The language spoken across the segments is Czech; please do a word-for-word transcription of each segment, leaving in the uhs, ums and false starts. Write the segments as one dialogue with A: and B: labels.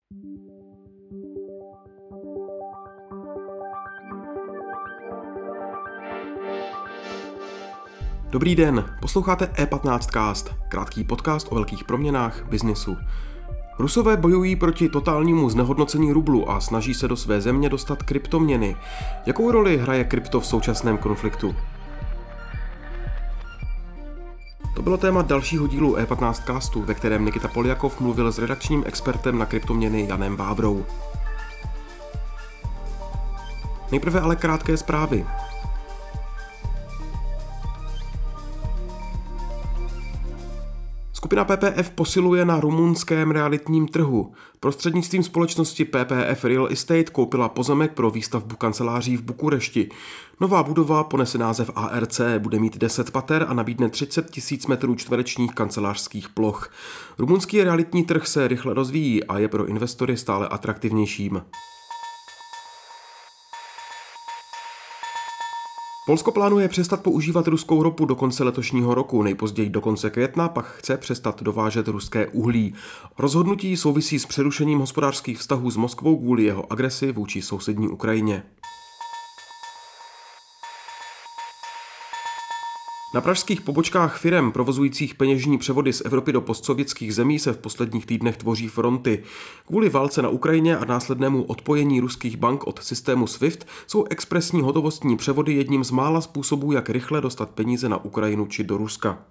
A: Dobrý den, posloucháte E patnáct Cast, krátký podcast o velkých proměnách biznisu. Rusové bojují proti totálnímu znehodnocení rublu a snaží se do své země dostat kryptoměny. Jakou roli hraje krypto v současném konfliktu? To bylo téma dalšího dílu E patnáct Castu, ve kterém Nikita Poljakov mluvil s redakčním expertem na kryptoměny Janem Vávrou. Nejprve ale krátké zprávy. Skupina P P F posiluje na rumunském realitním trhu. Prostřednictvím společnosti P P F Real Estate koupila pozemek pro výstavbu kanceláří v Bukurešti. Nová budova ponese název A R C, bude mít deset pater a nabídne třicet tisíc metrů čtverečních kancelářských ploch. Rumunský realitní trh se rychle rozvíjí a je pro investory stále atraktivnějším. Polsko plánuje přestat používat ruskou ropu do konce letošního roku, nejpozději do konce května pak chce přestat dovážet ruské uhlí. Rozhodnutí souvisí s přerušením hospodářských vztahů s Moskvou kvůli jeho agresi vůči sousední Ukrajině. Na pražských pobočkách firem provozujících peněžní převody z Evropy do postsovětských zemí se v posledních týdnech tvoří fronty. Kvůli válce na Ukrajině a následnému odpojení ruských bank od systému SWIFT jsou expresní hotovostní převody jedním z mála způsobů, jak rychle dostat peníze na Ukrajinu či do Ruska.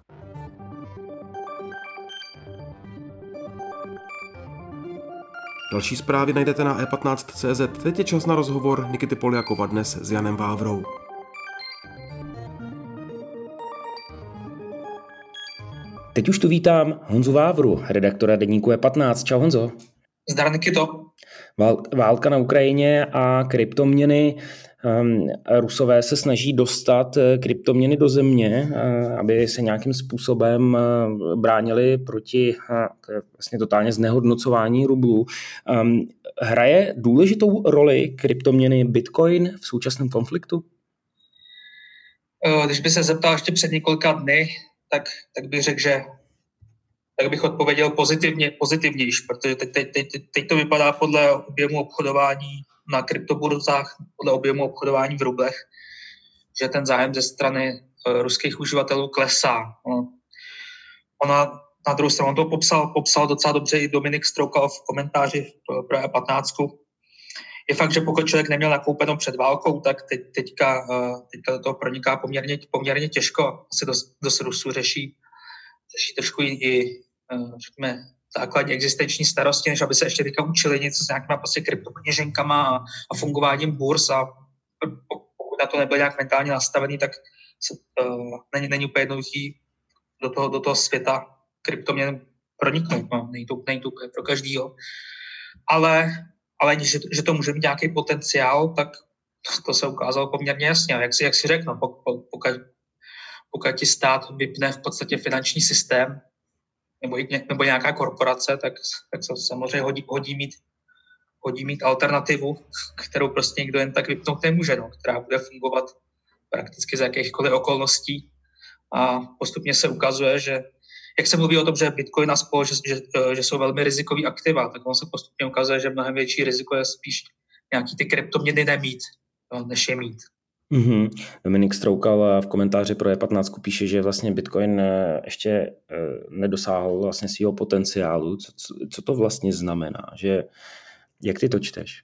A: Další zprávy najdete na e patnáct tečka cé zet. Teď je čas na rozhovor Nikity Poljakova dnes s Janem Vávrou.
B: Teď už tu vítám Honzu Vávru, redaktora deníku E patnáct. Čau Honzo.
C: Zdar Nikito.
B: Vál, válka na Ukrajině a kryptoměny. Um, Rusové se snaží dostat kryptoměny do země, uh, aby se nějakým způsobem uh, bránili proti uh, vlastně totálně znehodnocování rublu. Um, hraje důležitou roli kryptoměny Bitcoin v současném konfliktu?
C: Když by se zeptal ještě před několika dny, tak, tak bych řekl, že tak bych odpověděl pozitivně, pozitivnější, protože teď, teď, teď, teď to vypadá podle objemu obchodování na kryptoburzách, podle objemu obchodování v rublech, že ten zájem ze strany uh, ruských uživatelů klesá. No. Ona na druhou stranu to popsal, popsal docela dobře i Dominik Stroukal v komentáři pro, pro E patnáct. Je fakt, že pokud člověk neměl nakoupeno před válkou, tak teď, teďka, teďka do toho proniká poměrně, poměrně těžko. Asi dost, dost Rusů řeší, řeší trošku i, řekněme, základní existenční starosti, než aby se ještě teďka učili něco s nějakýma prostě kryptopeněženkama a, a fungováním burz. A pokud na to nebyl nějak mentálně nastavený, tak se, uh, není, není úplně jednoduchý do toho, do toho světa kryptoměn proniknout. No, není to, není to úplně pro každýho. Ale Ale že, že to může mít nějaký potenciál, tak to, to se ukázalo poměrně jasně. Jak si, jak si řeknu, pokud, pokud, pokud ti stát vypne v podstatě finanční systém nebo, nebo nějaká korporace, tak, tak se samozřejmě hodí, hodí, mít, hodí mít alternativu, kterou prostě nikdo jen tak vypnout nemůže, no, která bude fungovat prakticky za jakýchkoliv okolností. A postupně se ukazuje, že jak se mluví o tom, že Bitcoin a spol, že, že, že jsou velmi rizikový aktiva, tak on se postupně ukazuje, že mnohem větší riziko je spíš nějaký ty kryptoměny nemít, než je mít.
B: Mm-hmm. Dominik Stroukal v komentáři pro E patnáct píše, že vlastně Bitcoin ještě nedosáhl vlastně svého potenciálu. Co, co, co to vlastně znamená? Že, jak ty to čteš?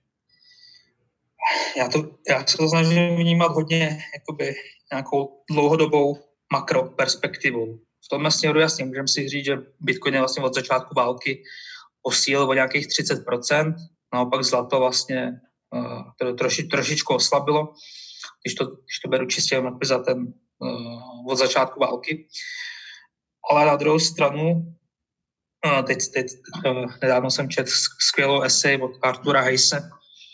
C: Já, to, já se to snažím vnímat hodně jakoby nějakou dlouhodobou makroperspektivou. V tomhle směru jasně můžeme si říct, že Bitcoin je vlastně od začátku války posílil o nějakých třicet procent, naopak zlato vlastně uh, to troši, trošičku oslabilo, když to, když to beru čistě za ten uh, od začátku války. Ale na druhou stranu, uh, teď, teď uh, nedávno jsem četl skvělou esej od Artura Hayse,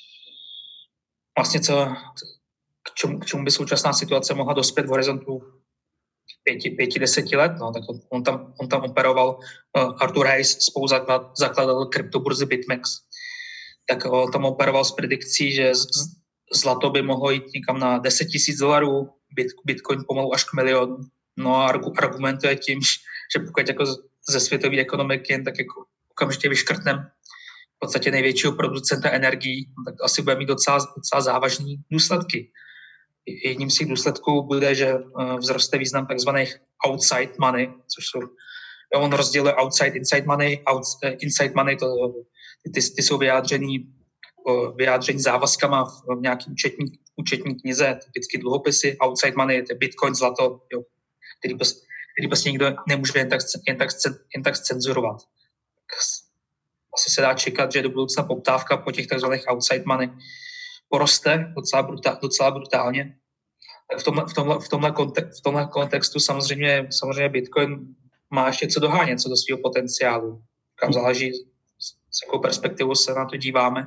C: vlastně co, k čemu, k čemu by současná situace mohla dospět v horizontu pěti, pěti, deseti let, no, tak on tam, on tam operoval uh, Arthur Hayes, spoluzaklad, zakladatel kryptoburzy BitMEX, tak on tam operoval s predikcí, že z, zlato by mohlo jít někam na deset tisíc dolarů, bit, Bitcoin pomalu až k milionu. No a argumentuje tím, že pokud jako ze světové ekonomiky jen tak jako okamžitě vyškrtnem podstatě největšího producenta energií, tak asi bude mít docela, docela závažné důsledky. Jedním z těch důsledků bude, že vzroste význam takzvaných outside money, což jsou, on rozděluje outside, inside money. Out, inside money, to, ty, ty jsou vyjádřený, vyjádření závazkama v nějaký účetní, účetní knize, typicky dluhopisy. Outside money je bitcoin, zlato, jo, který, který prostě nikdo nemůže jen tak, jen tak, jen tak cenzurovat. Asi se dá čekat, že do budoucna poptávka po těch takzvaných outside money poroste docela, brutál, docela brutálně. Tak v tomhle, v tomhle, v tomhle, kontek, v tomhle kontextu samozřejmě, samozřejmě Bitcoin má ještě co dohánět, co do svého potenciálu. Kam záleží, s jakou perspektivou se na to díváme.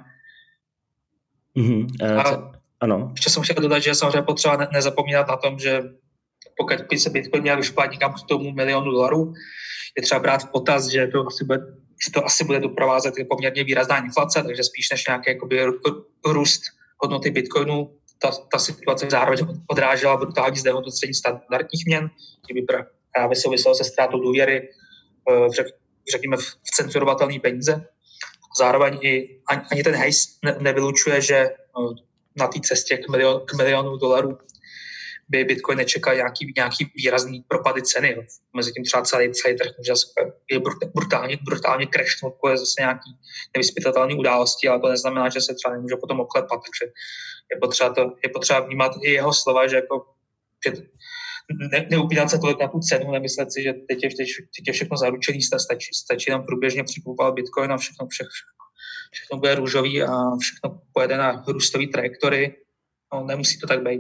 B: Mm-hmm.
C: A
B: ano.
C: Ještě jsem chtěl dodat, že je samozřejmě potřeba ne, nezapomínat na tom, že pokud by se Bitcoin měl vyšplát někam k tomu milionu dolarů, je třeba brát v potaz, že to asi bude, že to asi bude doprovázet poměrně výrazná inflace, takže spíš než nějaký jakoby růst hodnoty Bitcoinu, ta, ta situace zároveň odrážela brutální znehodnocení standardních měn, který by právě souviselo se ztrátou důvěry v, řek, řekněme, v cenzurovatelné peníze. Zároveň i ani, ani ten hejs ne, nevylučuje, že na té cestě k, milion, k milionu dolarů by Bitcoin nečekal nějaký, nějaký výrazný propady ceny. Mezitím třeba celý, celý trh může je brutálně, brutálně crashnout, je zase nějaký nevyspytatelné události, ale to neznamená, že se třeba nemůže potom oklepat. Takže je potřeba, to, je potřeba vnímat i jeho slova, že, jako, že ne, neupínat se tolik na tu cenu, nemyslet si, že teď je, teď, teď je všechno zaručený, stačí, stačí nám průběžně přikupovat Bitcoin a všechno, všechno, všechno bude růžový a všechno pojede na růstový trajektory. No, nemusí to tak být.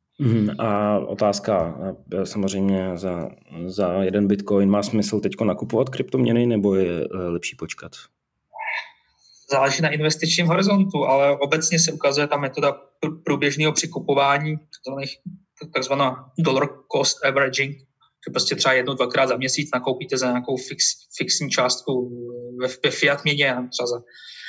B: A otázka, samozřejmě za, za jeden Bitcoin má smysl teď nakupovat kryptoměny, nebo je lepší počkat?
C: Záleží na investičním horizontu, ale obecně se ukazuje ta metoda průběžného přikupování, takzvaná dollar cost averaging, že prostě třeba jednou, dvakrát za měsíc nakoupíte za nějakou fix, fixní částku ve, ve fiat měně, třeba za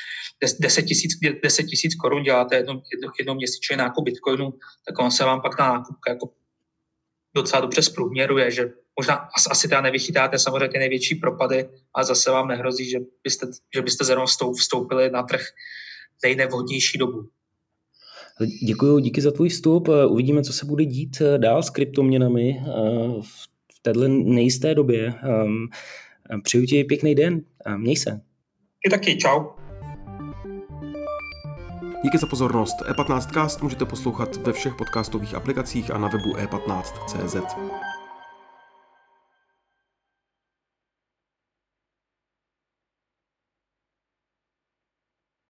C: deset tisíc korun děláte jednou, jednou, jednou měsíčně nákup Bitcoinu, tak on se vám pak na nákup jako docela dobře zprůměruje, že možná asi teda nevychytáte samozřejmě ty největší propady, ale zase vám nehrozí, že byste, že byste zrovna vstoupili na trh nejnevhodnější dobu.
B: Děkuji, díky za tvůj vstup. Uvidíme, co se bude dít dál s kryptoměnami v této nejisté době. Přeju ti pěkný den. Měj se.
C: Ty taky, čau.
A: Díky za pozornost. E patnáct cast můžete poslouchat ve všech podcastových aplikacích a na webu e patnáct tečka cé zet.